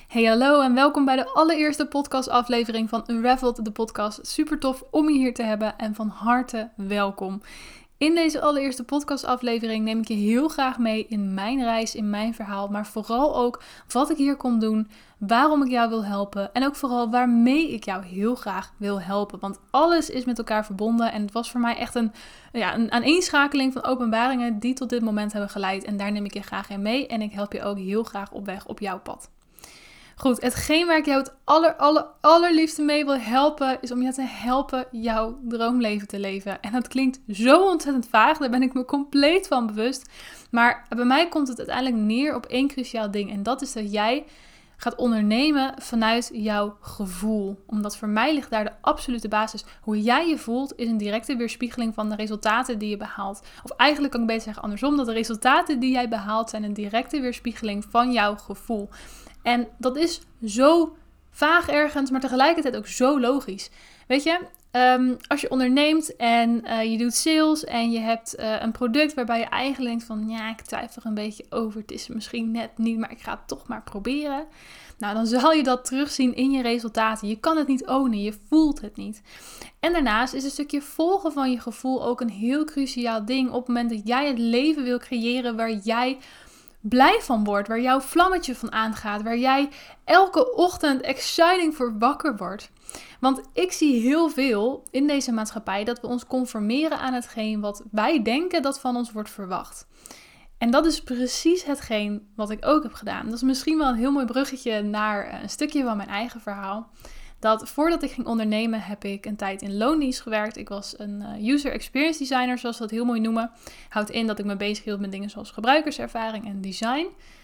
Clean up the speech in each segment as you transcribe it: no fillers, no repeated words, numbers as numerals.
Hey hallo en welkom bij de allereerste podcastaflevering van Unraveled, de podcast. Super tof om je hier te hebben en van harte welkom. In deze allereerste podcastaflevering neem ik je heel graag mee in mijn reis, in mijn verhaal, maar vooral ook wat ik hier kom doen, waarom ik jou wil helpen en ook vooral waarmee ik jou heel graag wil helpen. Want alles is met elkaar verbonden en het was voor mij echt een aaneenschakeling van openbaringen die tot dit moment hebben geleid. En daar neem ik je graag in mee en ik help je ook heel graag op weg op jouw pad. Goed, hetgeen waar ik jou het allerliefste mee wil helpen, is om je te helpen jouw droomleven te leven. En dat klinkt zo ontzettend vaag, daar ben ik me compleet van bewust. Maar bij mij komt het uiteindelijk neer op één cruciaal ding. En dat is dat jij gaat ondernemen vanuit jouw gevoel. Omdat voor mij ligt daar de absolute basis. Hoe jij je voelt is een directe weerspiegeling van de resultaten die je behaalt. Of eigenlijk kan ik beter zeggen andersom, dat de resultaten die jij behaalt zijn een directe weerspiegeling van jouw gevoel. En dat is zo vaag ergens, maar tegelijkertijd ook zo logisch. Weet je, als je onderneemt en je doet sales en je hebt een product waarbij je eigenlijk denkt van ja, ik twijfel er een beetje over. Het is misschien net niet, maar ik ga het toch maar proberen. Nou, dan zal je dat terugzien in je resultaten. Je kan het niet ownen, je voelt het niet. En daarnaast is een stukje volgen van je gevoel ook een heel cruciaal ding op het moment dat jij het leven wil creëren waar jij blij van wordt, waar jouw vlammetje van aangaat, waar jij elke ochtend exciting voor wakker wordt. Want ik zie heel veel in deze maatschappij dat we ons conformeren aan hetgeen wat wij denken dat van ons wordt verwacht. En dat is precies hetgeen wat ik ook heb gedaan. Dat is misschien wel een heel mooi bruggetje naar een stukje van mijn eigen verhaal. Dat voordat ik ging ondernemen heb ik een tijd in loondienst gewerkt. Ik was een user experience designer, zoals we dat heel mooi noemen. Houdt in dat ik me bezig hield met dingen zoals gebruikerservaring en design.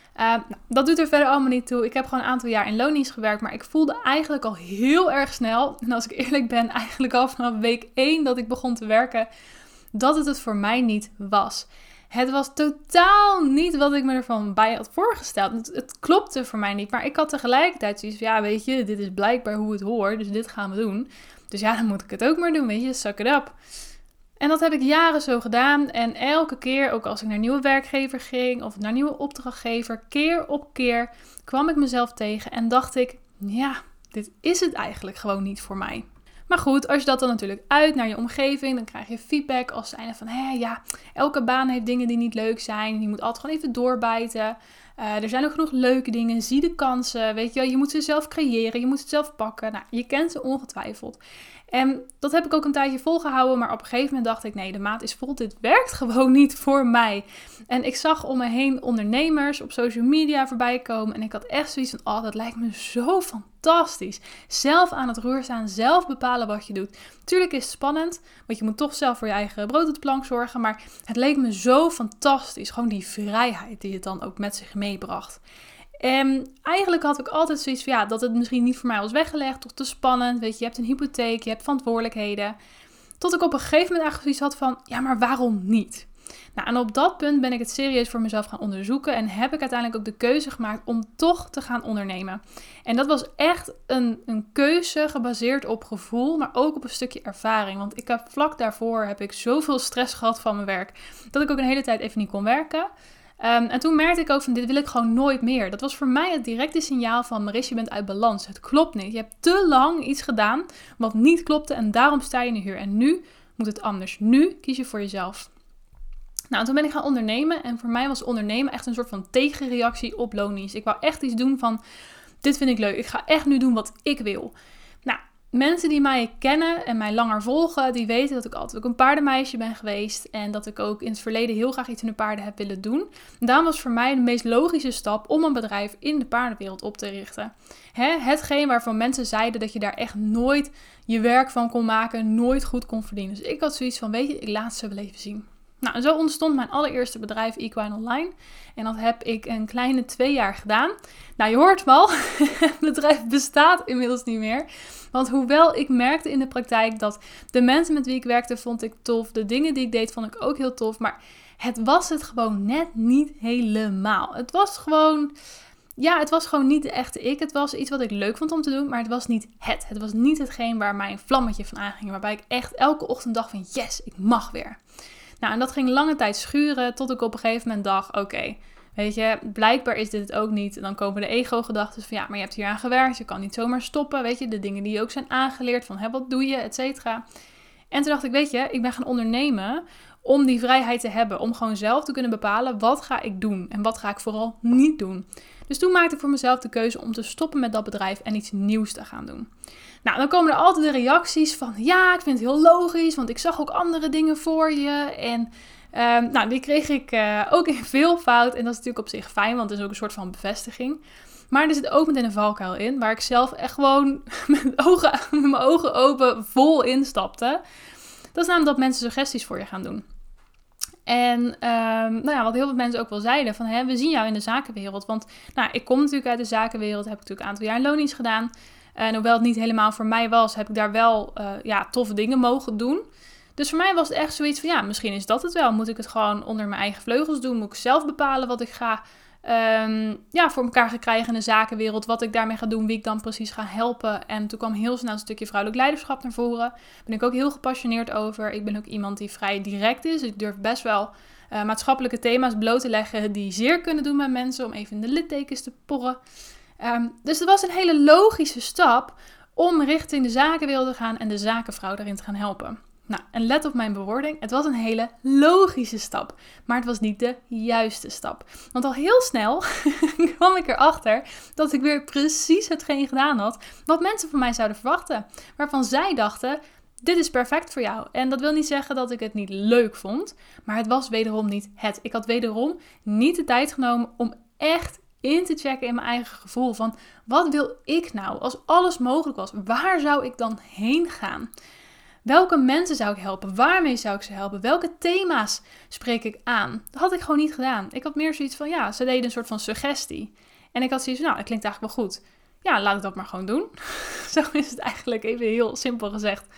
Dat doet er verder allemaal niet toe. Ik heb gewoon een aantal jaar in loondienst gewerkt, maar ik voelde eigenlijk al heel erg snel, en als ik eerlijk ben, eigenlijk al vanaf week 1 dat ik begon te werken, dat het voor mij niet was. Het was totaal niet wat ik me ervan bij had voorgesteld. Het klopte voor mij niet, maar ik had tegelijkertijd zoiets van, ja, weet je, dit is blijkbaar hoe het hoort, dus dit gaan we doen. Dus ja, dan moet ik het ook maar doen, weet je, suck it up. En dat heb ik jaren zo gedaan en elke keer, ook als ik naar een nieuwe werkgever ging of naar een nieuwe opdrachtgever, keer op keer kwam ik mezelf tegen en dacht ik, ja, dit is het eigenlijk gewoon niet voor mij. Maar goed, als je dat dan natuurlijk uit naar je omgeving, dan krijg je feedback als zijnde van, elke baan heeft dingen die niet leuk zijn. Je moet altijd gewoon even doorbijten. Er zijn ook genoeg leuke dingen. Zie de kansen, weet je wel. Je moet ze zelf creëren, je moet ze zelf pakken. Nou, je kent ze ongetwijfeld. En dat heb ik ook een tijdje volgehouden, maar op een gegeven moment dacht ik, nee, de maat is vol, dit werkt gewoon niet voor mij. En ik zag om me heen ondernemers op social media voorbij komen en ik had echt zoiets van, oh, dat lijkt me zo fantastisch. Zelf aan het roer staan, zelf bepalen wat je doet. Tuurlijk is het spannend, want je moet toch zelf voor je eigen brood op de plank zorgen, maar het leek me zo fantastisch, gewoon die vrijheid die het dan ook met zich meebracht. En eigenlijk had ik altijd zoiets van, ja, dat het misschien niet voor mij was weggelegd, toch te spannend, weet je hebt een hypotheek, je hebt verantwoordelijkheden. Tot ik op een gegeven moment eigenlijk zoiets had van, ja, maar waarom niet? Nou, en op dat punt ben ik het serieus voor mezelf gaan onderzoeken en heb ik uiteindelijk ook de keuze gemaakt om toch te gaan ondernemen. En dat was echt een keuze gebaseerd op gevoel, maar ook op een stukje ervaring. Want ik heb vlak daarvoor heb ik zoveel stress gehad van mijn werk, dat ik ook een hele tijd even niet kon werken. En toen merkte ik ook van, dit wil ik gewoon nooit meer. Dat was voor mij het directe signaal van, Maris, je bent uit balans. Het klopt niet. Je hebt te lang iets gedaan wat niet klopte en daarom sta je nu hier. En nu moet het anders. Nu kies je voor jezelf. Nou, en toen ben ik gaan ondernemen en voor mij was ondernemen echt een soort van tegenreactie op loondienst. Ik wou echt iets doen van, dit vind ik leuk. Ik ga echt nu doen wat ik wil. Nou, mensen die mij kennen en mij langer volgen, die weten dat ik altijd ook een paardenmeisje ben geweest. En dat ik ook in het verleden heel graag iets in de paarden heb willen doen. En daarom was voor mij de meest logische stap om een bedrijf in de paardenwereld op te richten. Hetgeen waarvan mensen zeiden dat je daar echt nooit je werk van kon maken, nooit goed kon verdienen. Dus ik had zoiets van, weet je, ik laat ze wel even zien. Nou, en zo ontstond mijn allereerste bedrijf Equine Online. En dat heb ik een kleine 2 jaar gedaan. Nou, je hoort wel, het bedrijf bestaat inmiddels niet meer. Want hoewel ik merkte in de praktijk dat de mensen met wie ik werkte vond ik tof. De dingen die ik deed vond ik ook heel tof. Maar het was het gewoon net niet helemaal. Het was gewoon niet de echte ik. Het was iets wat ik leuk vond om te doen, maar het was niet het. Het was niet hetgeen waar mijn vlammetje van aanging. Waarbij ik echt elke ochtend dacht van yes, ik mag weer. Nou, en dat ging lange tijd schuren tot ik op een gegeven moment dacht, oké, Weet je, blijkbaar is dit het ook niet. En dan komen de ego-gedachten van, ja, maar je hebt hier aan gewerkt. Je kan niet zomaar stoppen. Weet je, de dingen die je ook zijn aangeleerd van, wat doe je, et cetera. En toen dacht ik, weet je, ik ben gaan ondernemen om die vrijheid te hebben. Om gewoon zelf te kunnen bepalen, wat ga ik doen? En wat ga ik vooral niet doen? Dus toen maakte ik voor mezelf de keuze om te stoppen met dat bedrijf en iets nieuws te gaan doen. Nou, dan komen er altijd de reacties van, ja, ik vind het heel logisch, want ik zag ook andere dingen voor je. En die kreeg ik ook in veel fout. En dat is natuurlijk op zich fijn, want het is ook een soort van bevestiging. Maar er zit ook meteen een valkuil in, waar ik zelf echt gewoon met mijn ogen open vol instapte. Dat is namelijk dat mensen suggesties voor je gaan doen. En wat heel veel mensen ook wel zeiden, van we zien jou in de zakenwereld. Want ik kom natuurlijk uit de zakenwereld, heb ik natuurlijk een aantal jaar in loondienst gedaan. En hoewel het niet helemaal voor mij was, heb ik daar wel toffe dingen mogen doen. Dus voor mij was het echt zoiets van, misschien is dat het wel. Moet ik het gewoon onder mijn eigen vleugels doen? Moet ik zelf bepalen wat ik ga voor elkaar ga krijgen in de zakenwereld? Wat ik daarmee ga doen, wie ik dan precies ga helpen. En toen kwam heel snel een stukje vrouwelijk leiderschap naar voren. Daar ben ik ook heel gepassioneerd over. Ik ben ook iemand die vrij direct is. Ik durf best wel maatschappelijke thema's bloot te leggen die zeer kunnen doen met mensen. Om even in de littekens te porren. Dus het was een hele logische stap om richting de zakenwereld te gaan en de zakenvrouw daarin te gaan helpen. Nou, en let op mijn bewoording. Het was een hele logische stap. Maar het was niet de juiste stap. Want al heel snel kwam ik erachter dat ik weer precies hetgeen gedaan had wat mensen van mij zouden verwachten. Waarvan zij dachten, dit is perfect voor jou. En dat wil niet zeggen dat ik het niet leuk vond. Maar het was wederom niet het. Ik had wederom niet de tijd genomen om echt in te checken in mijn eigen gevoel. Van, wat wil ik nou? Als alles mogelijk was, waar zou ik dan heen gaan? Welke mensen zou ik helpen? Waarmee zou ik ze helpen? Welke thema's spreek ik aan? Dat had ik gewoon niet gedaan. Ik had meer zoiets van, ze deden een soort van suggestie. En ik had zoiets van, dat klinkt eigenlijk wel goed. Ja, laat ik dat maar gewoon doen. Zo is het eigenlijk, even heel simpel gezegd,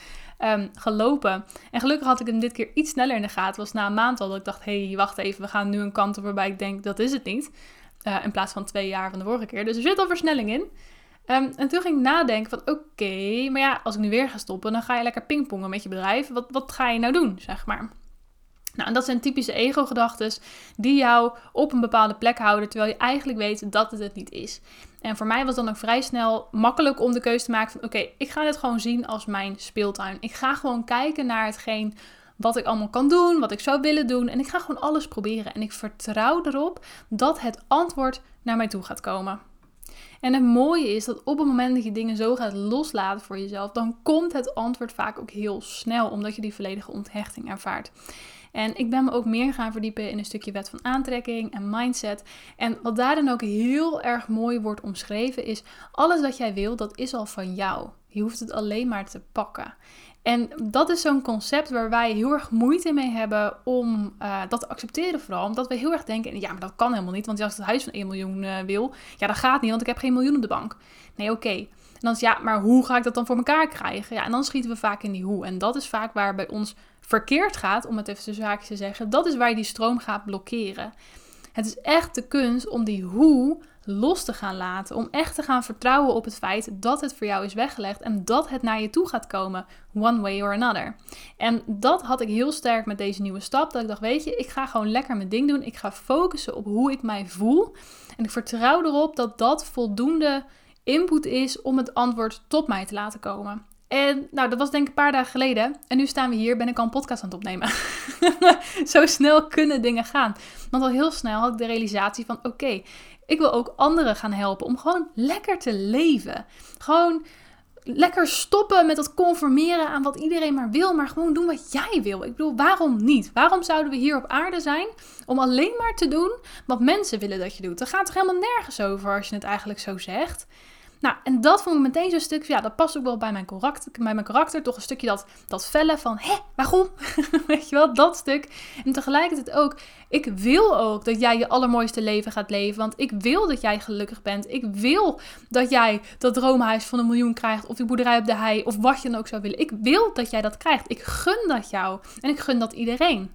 gelopen. En gelukkig had ik hem dit keer iets sneller in de gaten. Het was na een maand al dat ik dacht, wacht even, we gaan nu een kant op waarbij ik denk, dat is het niet. In plaats van 2 jaar van de vorige keer. Dus er zit al versnelling in. En toen ging ik nadenken van oké, maar als ik nu weer ga stoppen, dan ga je lekker pingpongen met je bedrijf. Wat ga je nou doen, zeg maar? Nou, en dat zijn typische ego-gedachtes die jou op een bepaalde plek houden, terwijl je eigenlijk weet dat het niet is. En voor mij was dan ook vrij snel makkelijk om de keuze te maken van oké, ik ga dit gewoon zien als mijn speeltuin. Ik ga gewoon kijken naar hetgeen wat ik allemaal kan doen, wat ik zou willen doen. En ik ga gewoon alles proberen. En ik vertrouw erop dat het antwoord naar mij toe gaat komen. En het mooie is dat op het moment dat je dingen zo gaat loslaten voor jezelf, dan komt het antwoord vaak ook heel snel, omdat je die volledige onthechting ervaart. En ik ben me ook meer gaan verdiepen in een stukje wet van aantrekking en mindset. En wat daar dan ook heel erg mooi wordt omschreven is, alles wat jij wil, dat is al van jou. Je hoeft het alleen maar te pakken. En dat is zo'n concept waar wij heel erg moeite mee hebben om dat te accepteren vooral. Omdat we heel erg denken, maar dat kan helemaal niet. Want als ik het huis van 1 miljoen wil, dat gaat niet, want ik heb geen miljoen op de bank. Nee, oké. En dan is maar hoe ga ik dat dan voor elkaar krijgen? Ja, en dan schieten we vaak in die hoe. En dat is vaak waar bij ons verkeerd gaat, om het even tussen haakjes te zeggen. Dat is waar je die stroom gaat blokkeren. Het is echt de kunst om die hoe los te gaan laten. Om echt te gaan vertrouwen op het feit dat het voor jou is weggelegd en dat het naar je toe gaat komen. One way or another. En dat had ik heel sterk met deze nieuwe stap. Dat ik dacht, ik ga gewoon lekker mijn ding doen. Ik ga focussen op hoe ik mij voel. En ik vertrouw erop dat dat voldoende input is om het antwoord tot mij te laten komen. En dat was denk ik een paar dagen geleden. En nu staan we hier, ben ik al een podcast aan het opnemen. Zo snel kunnen dingen gaan. Want al heel snel had ik de realisatie van ik wil ook anderen gaan helpen om gewoon lekker te leven. Gewoon lekker stoppen met dat conformeren aan wat iedereen maar wil, maar gewoon doen wat jij wil. Ik bedoel, waarom niet? Waarom zouden we hier op aarde zijn om alleen maar te doen wat mensen willen dat je doet? Dat gaat toch helemaal nergens over als je het eigenlijk zo zegt? Nou, en dat vond ik meteen zo'n stuk, dat past ook wel bij mijn karakter. Toch een stukje dat felle van, waarom? Weet je wel, dat stuk. En tegelijkertijd ook, ik wil ook dat jij je allermooiste leven gaat leven. Want ik wil dat jij gelukkig bent. Ik wil dat jij dat droomhuis van 1 miljoen krijgt. Of die boerderij op de hei. Of wat je dan ook zou willen. Ik wil dat jij dat krijgt. Ik gun dat jou. En ik gun dat iedereen.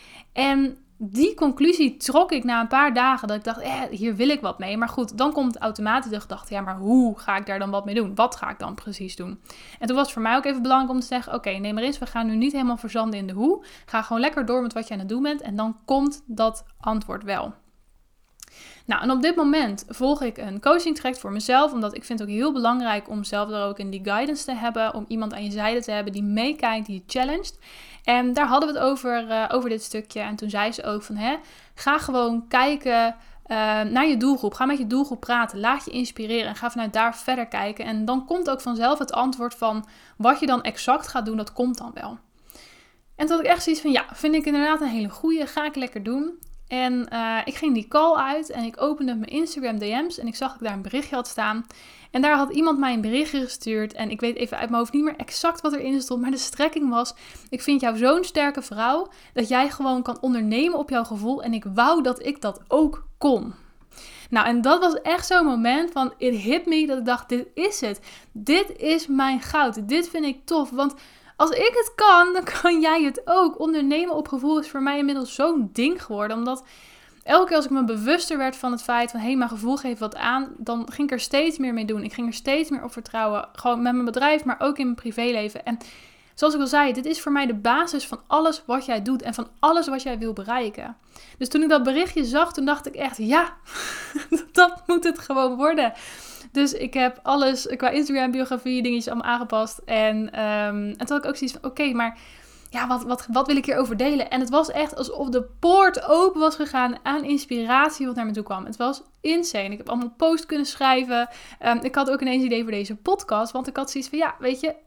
En die conclusie trok ik na een paar dagen, dat ik dacht, hier wil ik wat mee. Maar goed, dan komt automatisch de gedachte, maar hoe ga ik daar dan wat mee doen? Wat ga ik dan precies doen? En toen was het voor mij ook even belangrijk om te zeggen, nee maar eens, we gaan nu niet helemaal verzanden in de hoe. Ga gewoon lekker door met wat je aan het doen bent en dan komt dat antwoord wel. Nou, en op dit moment volg ik een coaching traject voor mezelf, omdat ik vind het ook heel belangrijk om zelf er ook in die guidance te hebben, om iemand aan je zijde te hebben die meekijkt, die je challenged. En daar hadden we het over dit stukje. En toen zei ze ook van, ga gewoon kijken naar je doelgroep. Ga met je doelgroep praten. Laat je inspireren en ga vanuit daar verder kijken. En dan komt ook vanzelf het antwoord van wat je dan exact gaat doen, dat komt dan wel. En toen had ik echt zoiets van, ja, vind ik inderdaad een hele goeie. Ga ik lekker doen. En ik ging die call uit en ik opende mijn Instagram DM's en ik zag dat ik daar een berichtje had staan. En daar had iemand mij een berichtje gestuurd en ik weet even uit mijn hoofd niet meer exact wat erin stond, maar de strekking was: ik vind jou zo'n sterke vrouw dat jij gewoon kan ondernemen op jouw gevoel en ik wou dat ik dat ook kon. Nou, en dat was echt zo'n moment van it hit me, dat ik dacht, dit is het. Dit is mijn goud. Dit vind ik tof, want als ik het kan, dan kan jij het ook. Ondernemen op gevoel is voor mij inmiddels zo'n ding geworden. Omdat elke keer als ik me bewuster werd van het feit van mijn gevoel geeft wat aan, dan ging ik er steeds meer mee doen. Ik ging er steeds meer op vertrouwen. Gewoon met mijn bedrijf, maar ook in mijn privéleven. En zoals ik al zei, dit is voor mij de basis van alles wat jij doet en van alles wat jij wil bereiken. Dus toen ik dat berichtje zag, toen dacht ik echt, ja, dat moet het gewoon worden. Dus ik heb alles qua Instagram, biografie, dingetjes allemaal aangepast. En toen had ik ook zoiets van, oké, maar ja, wat wil ik hierover delen? En het was echt alsof de poort open was gegaan aan inspiratie wat naar me toe kwam. Het was insane. Ik heb allemaal een post kunnen schrijven. Ik had ook ineens een idee voor deze podcast. Want ik had zoiets van, ja, weet je,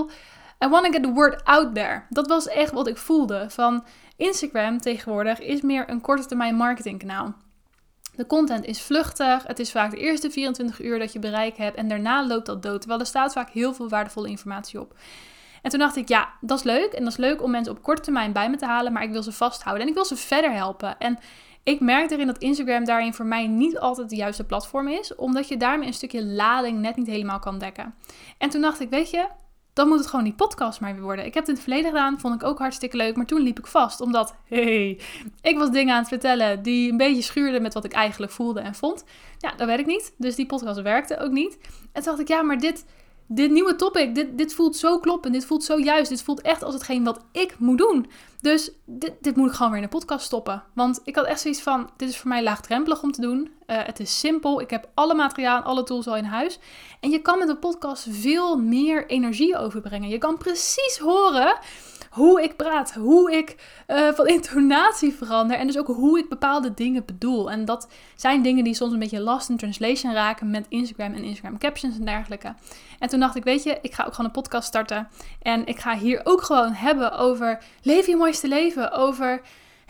I want to get the word out there. Dat was echt wat ik voelde. Van Instagram tegenwoordig is meer een korte termijn marketingkanaal. De content is vluchtig. Het is vaak de eerste 24 uur dat je bereik hebt. En daarna loopt dat dood. Terwijl er staat vaak heel veel waardevolle informatie op. En toen dacht ik, ja, dat is leuk. En dat is leuk om mensen op korte termijn bij me te halen. Maar ik wil ze vasthouden. En ik wil ze verder helpen. En ik merk erin dat Instagram daarin voor mij niet altijd de juiste platform is. Omdat je daarmee een stukje lading net niet helemaal kan dekken. En toen dacht ik, weet je, dan moet het gewoon die podcast maar weer worden. Ik heb het in het verleden gedaan, vond ik ook hartstikke leuk. Maar toen liep ik vast, omdat, ik was dingen aan het vertellen die een beetje schuurden met wat ik eigenlijk voelde en vond. Ja, dat weet ik niet. Dus die podcast werkte ook niet. En toen dacht ik, ja, maar dit nieuwe topic, dit voelt zo kloppend, dit voelt zo juist. Dit voelt echt als hetgeen wat ik moet doen. Dus dit moet ik gewoon weer in de podcast stoppen. Want ik had echt zoiets van, dit is voor mij laagdrempelig om te doen. Het is simpel. Ik heb alle materiaal, alle tools al in huis. En je kan met een podcast veel meer energie overbrengen. Je kan precies horen hoe ik praat, hoe ik van intonatie verander en dus ook hoe ik bepaalde dingen bedoel. En dat zijn dingen die soms een beetje lost in translation raken met Instagram en Instagram captions en dergelijke. En toen dacht ik, weet je, ik ga ook gewoon een podcast starten en ik ga hier ook gewoon hebben over leef je mooiste leven, over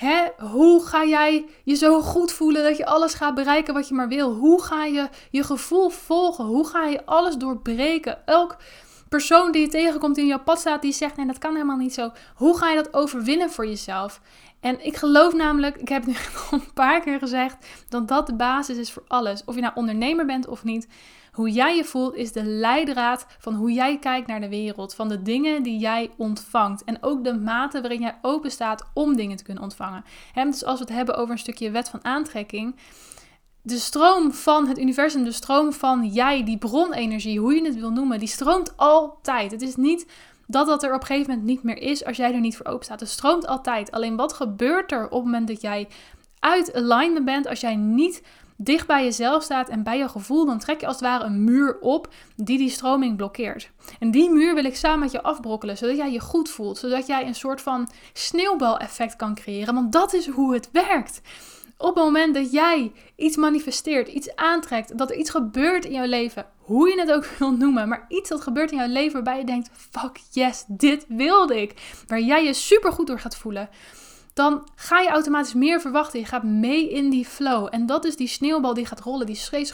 hoe ga jij je zo goed voelen dat je alles gaat bereiken wat je maar wil. Hoe ga je je gevoel volgen, hoe ga je alles doorbreken, elk persoon die je tegenkomt die in jouw pad staat, die zegt, nee, dat kan helemaal niet zo. Hoe ga je dat overwinnen voor jezelf? En ik geloof namelijk, ik heb het nu al een paar keer gezegd, dat dat de basis is voor alles. Of je nou ondernemer bent of niet. Hoe jij je voelt is de leidraad van hoe jij kijkt naar de wereld. Van de dingen die jij ontvangt. En ook de mate waarin jij open staat om dingen te kunnen ontvangen. Dus als we het hebben over een stukje wet van aantrekking. De stroom van het universum, de stroom van jij, die bronenergie, hoe je het wil noemen, die stroomt altijd. Het is niet dat er op een gegeven moment niet meer is als jij er niet voor open staat. Het stroomt altijd. Alleen wat gebeurt er op het moment dat jij uit alignment bent, als jij niet dicht bij jezelf staat en bij je gevoel, dan trek je als het ware een muur op die stroming blokkeert. En die muur wil ik samen met je afbrokkelen, zodat jij je goed voelt, zodat jij een soort van sneeuwbaleffect kan creëren, want dat is hoe het werkt. Op het moment dat jij iets manifesteert, iets aantrekt, dat er iets gebeurt in jouw leven, hoe je het ook wil noemen, maar iets dat gebeurt in jouw leven waarbij je denkt, fuck yes, dit wilde ik, waar jij je super goed door gaat voelen, dan ga je automatisch meer verwachten. Je gaat mee in die flow. En dat is die sneeuwbal die gaat rollen, die steeds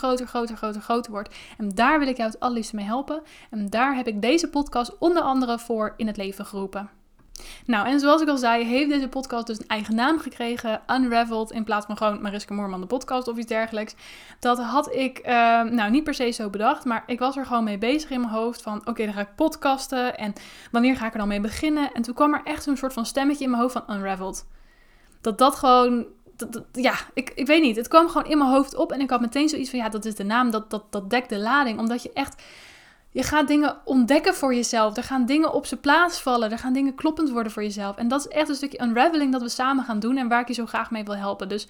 groter wordt. En daar wil ik jou het allerliefste mee helpen. En daar heb ik deze podcast onder andere voor in het leven geroepen. Nou, en zoals ik al zei, heeft deze podcast dus een eigen naam gekregen. Unraveled, in plaats van gewoon Mariska Moorman de podcast of iets dergelijks. Dat had ik niet per se zo bedacht, maar ik was er gewoon mee bezig in mijn hoofd. Van oké, dan ga ik podcasten en wanneer ga ik er dan mee beginnen? En toen kwam er echt zo'n soort van stemmetje in mijn hoofd van Unraveled. Dat gewoon, ik weet niet. Het kwam gewoon in mijn hoofd op en ik had meteen zoiets van, ja, dat is de naam, dat dekt de lading. Omdat je echt, je gaat dingen ontdekken voor jezelf. Er gaan dingen op zijn plaats vallen. Er gaan dingen kloppend worden voor jezelf. En dat is echt een stukje unraveling dat we samen gaan doen en waar ik je zo graag mee wil helpen. Dus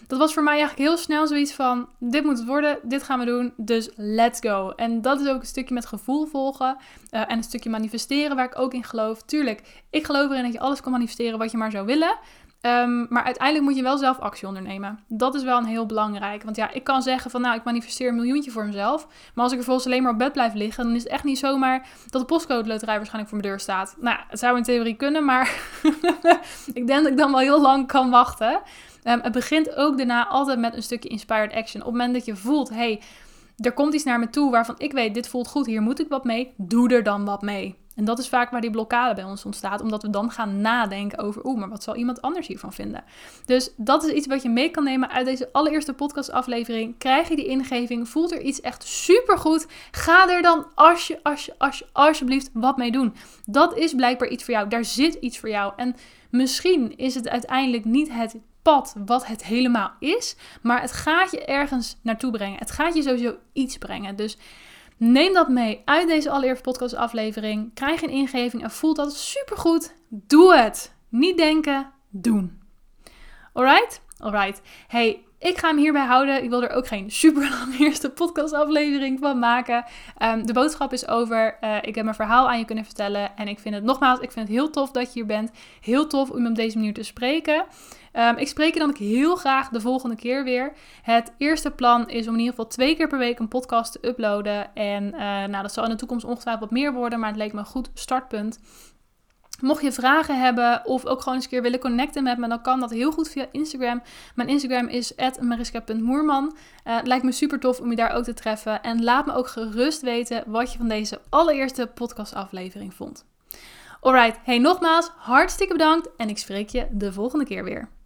dat was voor mij eigenlijk heel snel zoiets van, dit moet het worden, dit gaan we doen, dus let's go. En dat is ook een stukje met gevoel volgen en een stukje manifesteren waar ik ook in geloof. Tuurlijk, ik geloof erin dat je alles kan manifesteren wat je maar zou willen. Maar uiteindelijk moet je wel zelf actie ondernemen. Dat is wel een heel belangrijk. Want ja, ik kan zeggen van ik manifesteer een miljoentje voor mezelf. Maar als ik er volgens alleen maar op bed blijf liggen, dan is het echt niet zomaar dat de postcode loterij waarschijnlijk voor mijn deur staat. Nou, het zou in theorie kunnen, maar ik denk dat ik dan wel heel lang kan wachten. Het begint ook daarna altijd met een stukje inspired action. Op het moment dat je voelt, er komt iets naar me toe waarvan ik weet, dit voelt goed, hier moet ik wat mee. Doe er dan wat mee. En dat is vaak waar die blokkade bij ons ontstaat, omdat we dan gaan nadenken over, maar wat zal iemand anders hiervan vinden? Dus dat is iets wat je mee kan nemen uit deze allereerste podcastaflevering. Krijg je die ingeving, voelt er iets echt supergoed, ga er dan alsjeblieft wat mee doen. Dat is blijkbaar iets voor jou, daar zit iets voor jou. En misschien is het uiteindelijk niet het pad wat het helemaal is, maar het gaat je ergens naartoe brengen. Het gaat je sowieso iets brengen. Dus neem dat mee uit deze allereerste podcastaflevering. Krijg een ingeving en voelt dat supergoed. Doe het. Niet denken, doen. Alright? Alright. Ik ga hem hierbij houden. Ik wil er ook geen super lange eerste podcastaflevering van maken. De boodschap is over. Ik heb mijn verhaal aan je kunnen vertellen. En ik vind het heel tof dat je hier bent. Heel tof om je op deze manier te spreken. Ik spreek je dan ook heel graag de volgende keer weer. Het eerste plan is om in ieder geval 2 keer per week een podcast te uploaden. En dat zal in de toekomst ongetwijfeld wat meer worden, maar het leek me een goed startpunt. Mocht je vragen hebben of ook gewoon eens een keer willen connecten met me, dan kan dat heel goed via Instagram. Mijn Instagram is @mariska.moerman. Het lijkt me super tof om je daar ook te treffen. En laat me ook gerust weten wat je van deze allereerste podcastaflevering vond. Alright, nogmaals, hartstikke bedankt en ik spreek je de volgende keer weer.